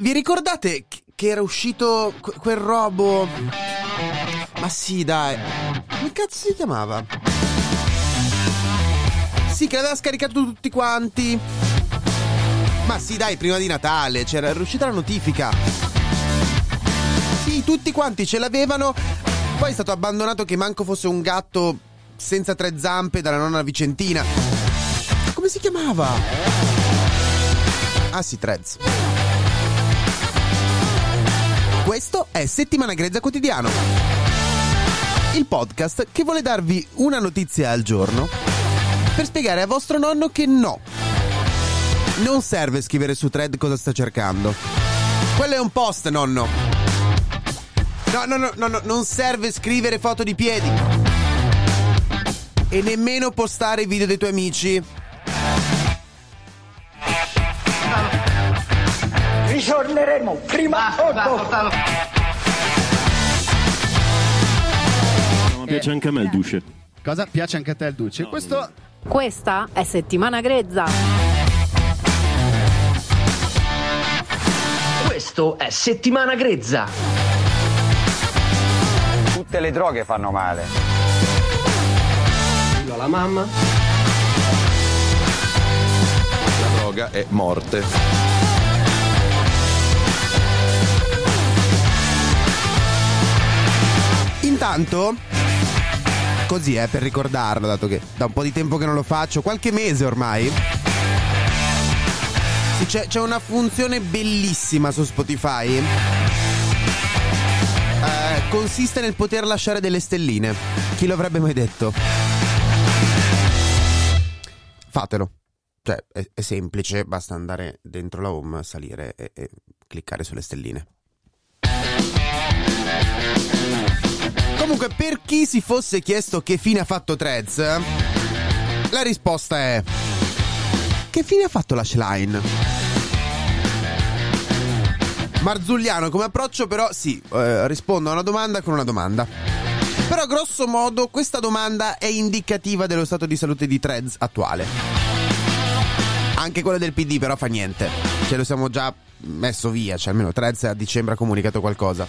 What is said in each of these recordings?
vi ricordate che era uscito quel robo? Ma sì, dai. Come cazzo si chiamava? Sì, che l'aveva scaricato tutti quanti. Ma sì, dai, prima di Natale c'era uscita la notifica. Sì, tutti quanti ce l'avevano. Poi è stato abbandonato che manco fosse un gatto senza 3 zampe dalla nonna Vicentina. Come si chiamava? Ah sì, Threads. Questo è Settimana Grezza Quotidiano, il podcast che vuole darvi una notizia al giorno per spiegare a vostro nonno che no, non serve scrivere su Thread cosa sta cercando. Quello è un post, nonno. No, non serve scrivere foto di piedi e nemmeno postare i video dei tuoi amici. Ritorneremo prima o dopo. Piace anche a me il duce. Cosa? Piace anche a te il duce? No, Questa è Settimana Grezza. Questo è Settimana Grezza. Tutte le droghe fanno male. Dillo alla mamma. La droga è morte. Intanto, così per ricordarlo, dato che da un po' di tempo che non lo faccio, qualche mese ormai, sì, c'è una funzione bellissima su Spotify. Consiste nel poter lasciare delle stelline. Chi lo avrebbe mai detto? Fatelo. Cioè, è semplice, basta andare dentro la home, salire e cliccare sulle stelline. Comunque, per chi si fosse chiesto che fine ha fatto Threads, la risposta è: che fine ha fatto Lashline? Marzulliano come approccio, però sì, rispondo a una domanda con una domanda. Però grosso modo questa domanda è indicativa dello stato di salute di Threads attuale. Anche quella del PD però fa niente, ce lo siamo già messo via, cioè almeno Threads a dicembre ha comunicato qualcosa.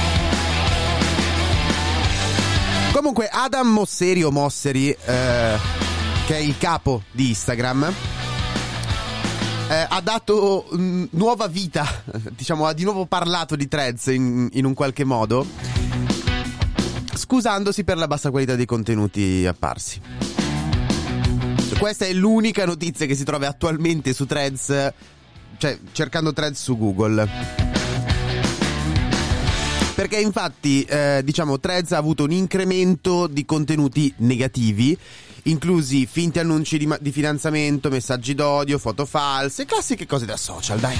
Comunque Adam Mosseri o Mosseri, che è il capo di Instagram, ha dato nuova vita, diciamo, ha di nuovo parlato di Threads in un qualche modo, scusandosi per la bassa qualità dei contenuti apparsi. Questa è l'unica notizia che si trova attualmente su Threads, cioè cercando Threads su Google. Perché infatti, diciamo, Threads ha avuto un incremento di contenuti negativi, inclusi finti annunci di fidanzamento, messaggi d'odio, foto false, classiche cose da social, dai.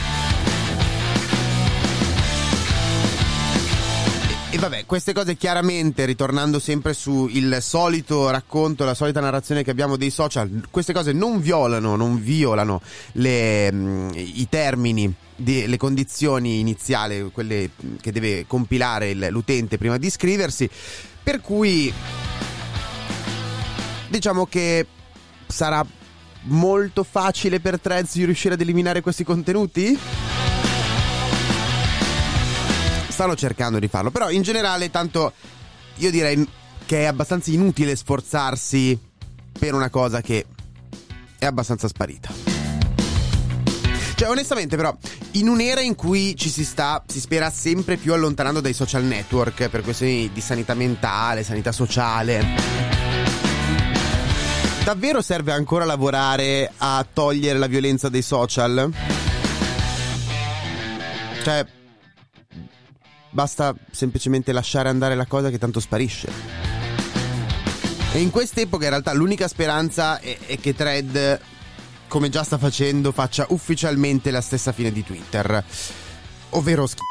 E vabbè, queste cose chiaramente, ritornando sempre su il solito racconto, la solita narrazione che abbiamo dei social, queste cose non violano i termini, le condizioni iniziali, quelle che deve compilare l'utente prima di iscriversi, per cui diciamo che sarà molto facile per Threads riuscire ad eliminare questi contenuti? Stanno cercando di farlo, però in generale tanto io direi che è abbastanza inutile sforzarsi per una cosa che è abbastanza sparita. Cioè onestamente però, in un'era in cui ci si spera sempre più allontanando dai social network per questioni di sanità mentale, sanità sociale, davvero serve ancora lavorare a togliere la violenza dei social? Cioè basta semplicemente lasciare andare la cosa che tanto sparisce. E in quest'epoca in realtà l'unica speranza è che Thread, come già sta facendo, faccia ufficialmente la stessa fine di Twitter, ovvero